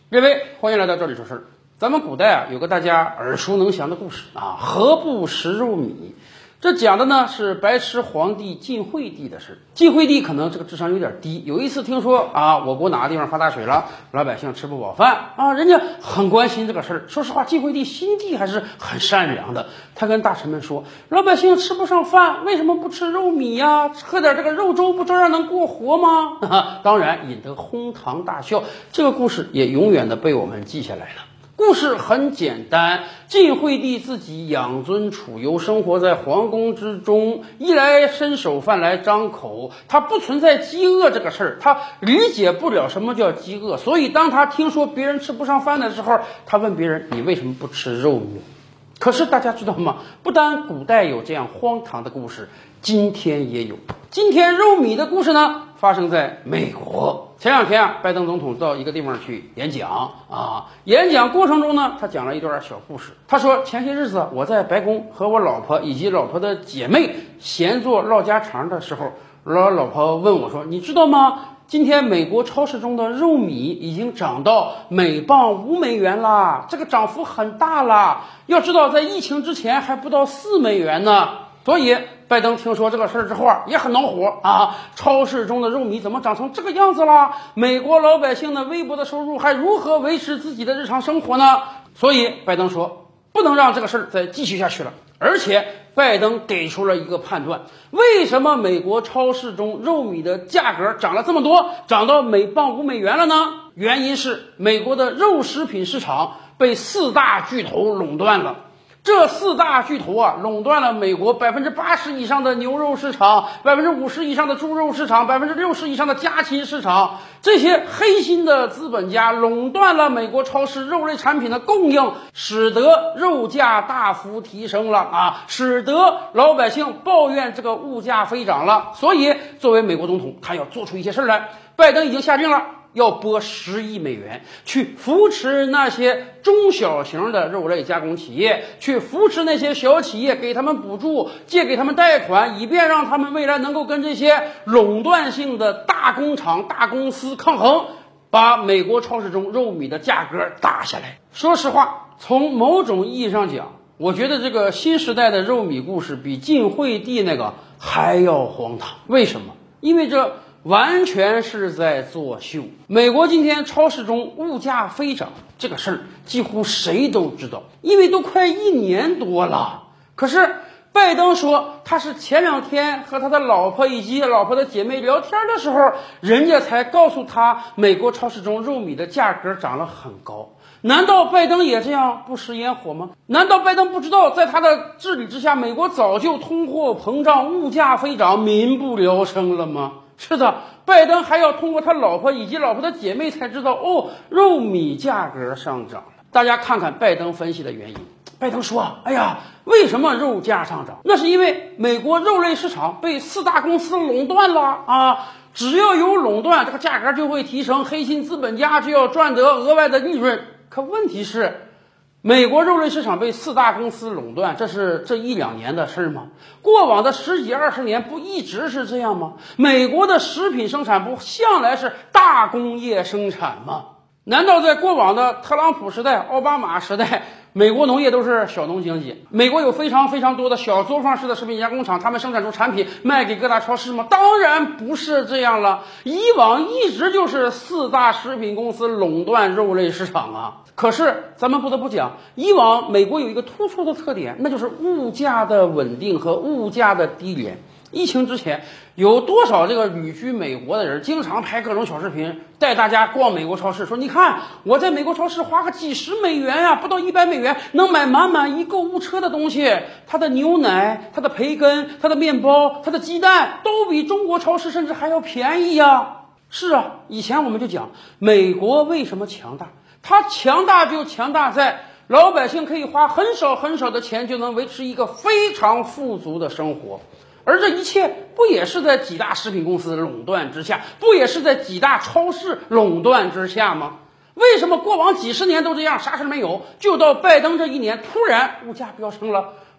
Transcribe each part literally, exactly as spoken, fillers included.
各位，欢迎来到这里说事儿。咱们古代啊，有个大家耳熟能详的故事啊，何不食肉糜？这讲的呢是白痴皇帝晋惠帝的事。晋惠帝可能这个智商有点低，有一次听说啊，我国哪个地方发大水了，老百姓吃不饱饭啊，人家很关心这个事儿。说实话，晋惠帝心地还是很善良的。他跟大臣们说，老百姓吃不上饭，为什么不吃肉糜呀？喝点这个肉粥，不照样能过活吗？啊、当然引得哄堂大笑。这个故事也永远的被我们记下来了。故事很简单，晋惠帝自己养尊处优，生活在皇宫之中，衣来伸手，饭来张口，他不存在饥饿这个事儿，他理解不了什么叫饥饿，所以当他听说别人吃不上饭的时候，他问别人：你为什么不吃肉糜？可是大家知道吗？不单古代有这样荒唐的故事，今天也有。今天肉糜的故事呢，发生在美国。前两天啊，拜登总统到一个地方去演讲啊，演讲过程中呢，他讲了一段小故事。他说，前些日子我在白宫和我老婆以及老婆的姐妹闲坐唠家常的时候，我老婆问我说：“你知道吗？今天美国超市中的肉糜已经涨到每磅五美元啦，这个涨幅很大啦。要知道，在疫情之前还不到四美元呢。”所以拜登听说这个事儿之后啊，也很恼火啊！超市中的肉糜怎么长成这个样子啦？美国老百姓的微薄的收入还如何维持自己的日常生活呢？所以拜登说，不能让这个事儿再继续下去了。而且拜登给出了一个判断，为什么美国超市中肉糜的价格涨了这么多，涨到每磅五美元了呢？原因是美国的肉食品市场被四大巨头垄断了。这四大巨头啊，垄断了美国百分之八十以上的牛肉市场，百分之五十以上的猪肉市场，百分之六十以上的家禽市场。这些黑心的资本家垄断了美国超市肉类产品的供应，使得肉价大幅提升了啊，使得老百姓抱怨这个物价飞涨了。所以，作为美国总统，他要做出一些事儿来。拜登已经下令了，要拨十亿美元去扶持那些中小型的肉类加工企业，去扶持那些小企业，给他们补助，借给他们贷款，以便让他们未来能够跟这些垄断性的大工厂、大公司抗衡，把美国超市中肉糜的价格打下来。说实话，从某种意义上讲，我觉得这个新时代的肉糜故事比晋惠帝那个还要荒唐。为什么？因为这完全是在作秀。美国今天超市中物价飞涨这个事儿，几乎谁都知道，因为都快一年多了。可是拜登说，他是前两天和他的老婆以及老婆的姐妹聊天的时候，人家才告诉他，美国超市中肉糜的价格涨了很高。难道拜登也这样不食烟火吗？难道拜登不知道，在他的治理之下，美国早就通货膨胀、物价飞涨、民不聊生了吗？是的，拜登还要通过他老婆以及老婆的姐妹才知道，哦，肉糜价格上涨了。大家看看拜登分析的原因。拜登说，哎呀，为什么肉价上涨？那是因为美国肉类市场被四大公司垄断了啊！只要有垄断，这个价格就会提升，黑心资本家就要赚得额外的利润。可问题是，美国肉类市场被四大公司垄断，这是这一两年的事吗？过往的十几二十年不一直是这样吗？美国的食品生产不向来是大工业生产吗？难道在过往的特朗普时代、奥巴马时代，美国农业都是小农经济？美国有非常非常多的小作坊式的食品加工厂，他们生产出产品卖给各大超市吗？当然不是这样了。以往一直就是四大食品公司垄断肉类市场啊。可是咱们不得不讲，以往美国有一个突出的特点，那就是物价的稳定和物价的低廉。疫情之前，有多少这个旅居美国的人经常拍各种小视频，带大家逛美国超市，说你看我在美国超市花个几十美元呀、啊，不到一百美元能买满满一购物车的东西，它的牛奶、它的培根、它的面包、它的鸡蛋都比中国超市甚至还要便宜呀、啊。是啊，以前我们就讲美国为什么强大，它强大就强大在老百姓可以花很少很少的钱就能维持一个非常富足的生活。而这一切不也是在几大食品公司垄断之下，不也是在几大超市垄断之下吗？为什么过往几十年都这样，啥事没有，就到拜登这一年突然物价飙升了？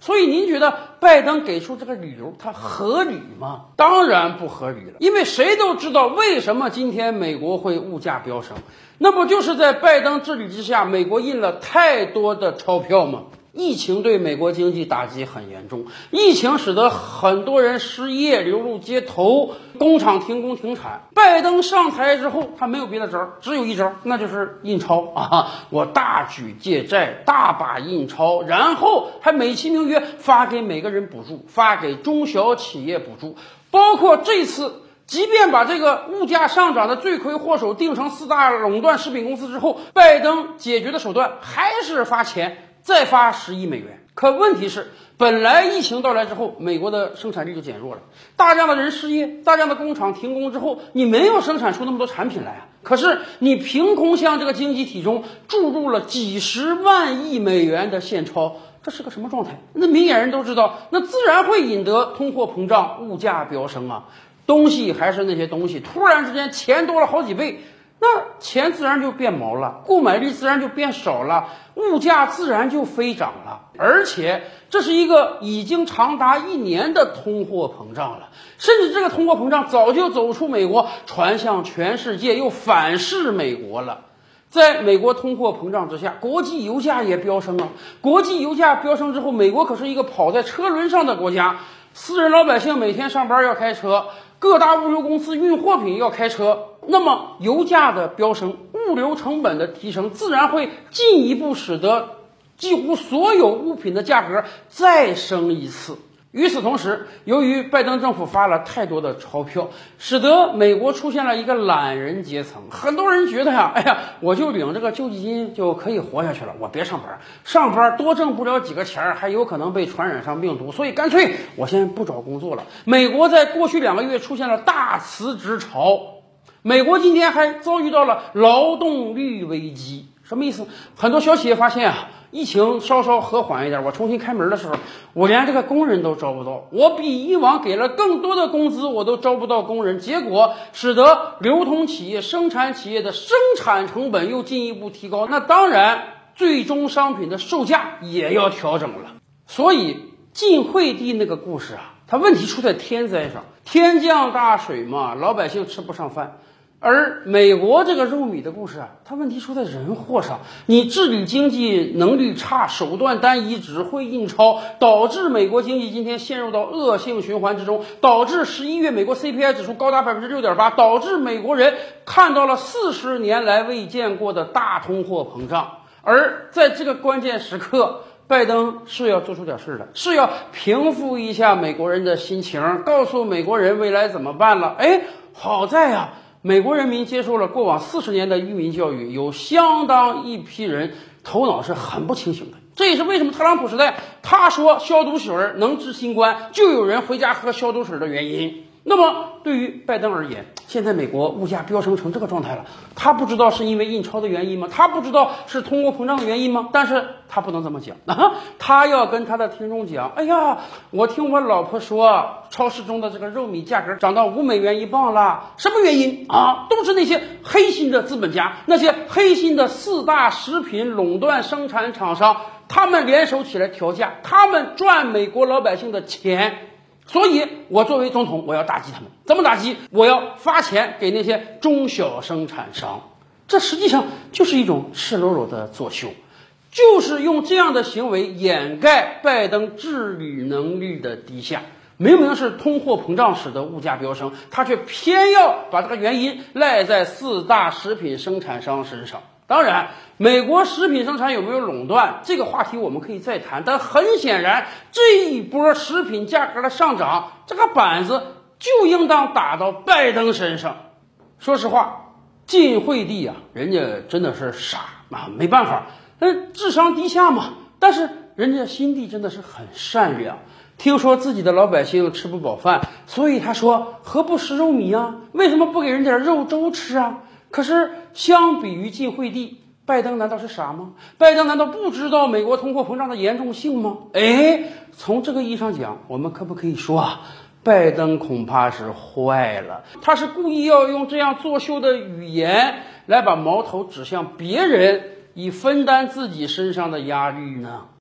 所以您觉得拜登给出这个理由，它合理吗？当然不合理了，因为谁都知道为什么今天美国会物价飙升，那不就是在拜登治理之下，美国印了太多的钞票吗？疫情对美国经济打击很严重，疫情使得很多人失业，流入街头，工厂停工停产。拜登上台之后，他没有别的招，只有一招，那就是印钞啊！我大举借债，大把印钞，然后还美其名曰发给每个人补助，发给中小企业补助，包括这次。即便把这个物价上涨的罪魁祸首定成四大垄断食品公司之后，拜登解决的手段还是发钱，再发十亿美元。可问题是，本来疫情到来之后，美国的生产力就减弱了，大量的人失业，大量的工厂停工之后，你没有生产出那么多产品来啊。可是你凭空向这个经济体中注入了几十万亿美元的现钞，这是个什么状态？那明眼人都知道，那自然会引得通货膨胀、物价飙升啊。东西还是那些东西，突然之间钱多了好几倍，那钱自然就变毛了，购买力自然就变少了，物价自然就飞涨了。而且这是一个已经长达一年的通货膨胀了，甚至这个通货膨胀早就走出美国，传向全世界，又反噬美国了。在美国通货膨胀之下，国际油价也飙升了。国际油价飙升之后，美国可是一个跑在车轮上的国家，私人老百姓每天上班要开车，各大物流公司运货品要开车，那么油价的飙升，物流成本的提升，自然会进一步使得几乎所有物品的价格再升一次。与此同时，由于拜登政府发了太多的钞票，使得美国出现了一个懒人阶层。很多人觉得呀，哎呀，我就领这个救济金就可以活下去了，我别上班，上班多挣不了几个钱，还有可能被传染上病毒，所以干脆我先不找工作了。美国在过去两个月出现了大辞职潮，美国今天还遭遇到了劳动力危机。什么意思？很多小企业发现啊，疫情稍稍和缓一点，我重新开门的时候，我连这个工人都招不到，我比以往给了更多的工资，我都招不到工人，结果使得流通企业、生产企业的生产成本又进一步提高，那当然最终商品的售价也要调整了。所以晋惠帝那个故事啊，它问题出在天灾上，天降大水嘛，老百姓吃不上饭。而美国这个肉米的故事啊，它问题出在人祸上，你治理经济能力差，手段单一，只会印钞，导致美国经济今天陷入到恶性循环之中，导致十一月美国 C P I 指数高达百分之六点八，导致美国人看到了四十年来未见过的大通货膨胀。而在这个关键时刻，拜登是要做出点事的，是要平复一下美国人的心情，告诉美国人未来怎么办了。哎，好在啊，美国人民接受了过往四十年的愚民教育，有相当一批人头脑是很不清醒的。这也是为什么特朗普时代他说消毒水能治新冠，就有人回家喝消毒水的原因。那么对于拜登而言，现在美国物价飙升成这个状态了，他不知道是因为印钞的原因吗？他不知道是通货膨胀的原因吗？但是他不能这么讲啊，他要跟他的听众讲，哎呀，我听我老婆说超市中的这个肉米价格涨到五美元一磅了，什么原因啊？都是那些黑心的资本家，那些黑心的四大食品垄断生产厂商，他们联手起来调价，他们赚美国老百姓的钱。所以我作为总统，我要打击他们。怎么打击？我要发钱给那些中小生产商。这实际上就是一种赤裸裸的作秀，就是用这样的行为掩盖拜登治理能力的低下。明明是通货膨胀使得物价飙升，他却偏要把这个原因赖在四大食品生产商身上。当然，美国食品生产有没有垄断这个话题我们可以再谈，但很显然这一波食品价格的上涨，这个板子就应当打到拜登身上。说实话，晋惠帝啊，人家真的是傻啊，没办法，呃，智商低下嘛，但是人家心地真的是很善良。听说自己的老百姓吃不饱饭，所以他说何不食肉糜啊？为什么不给人点肉粥吃啊？可是相比于晋惠帝，拜登难道是傻吗？拜登难道不知道美国通货膨胀的严重性吗？哎，从这个意义上讲，我们可不可以说啊，拜登恐怕是坏了，他是故意要用这样作秀的语言来把矛头指向别人，以分担自己身上的压力呢？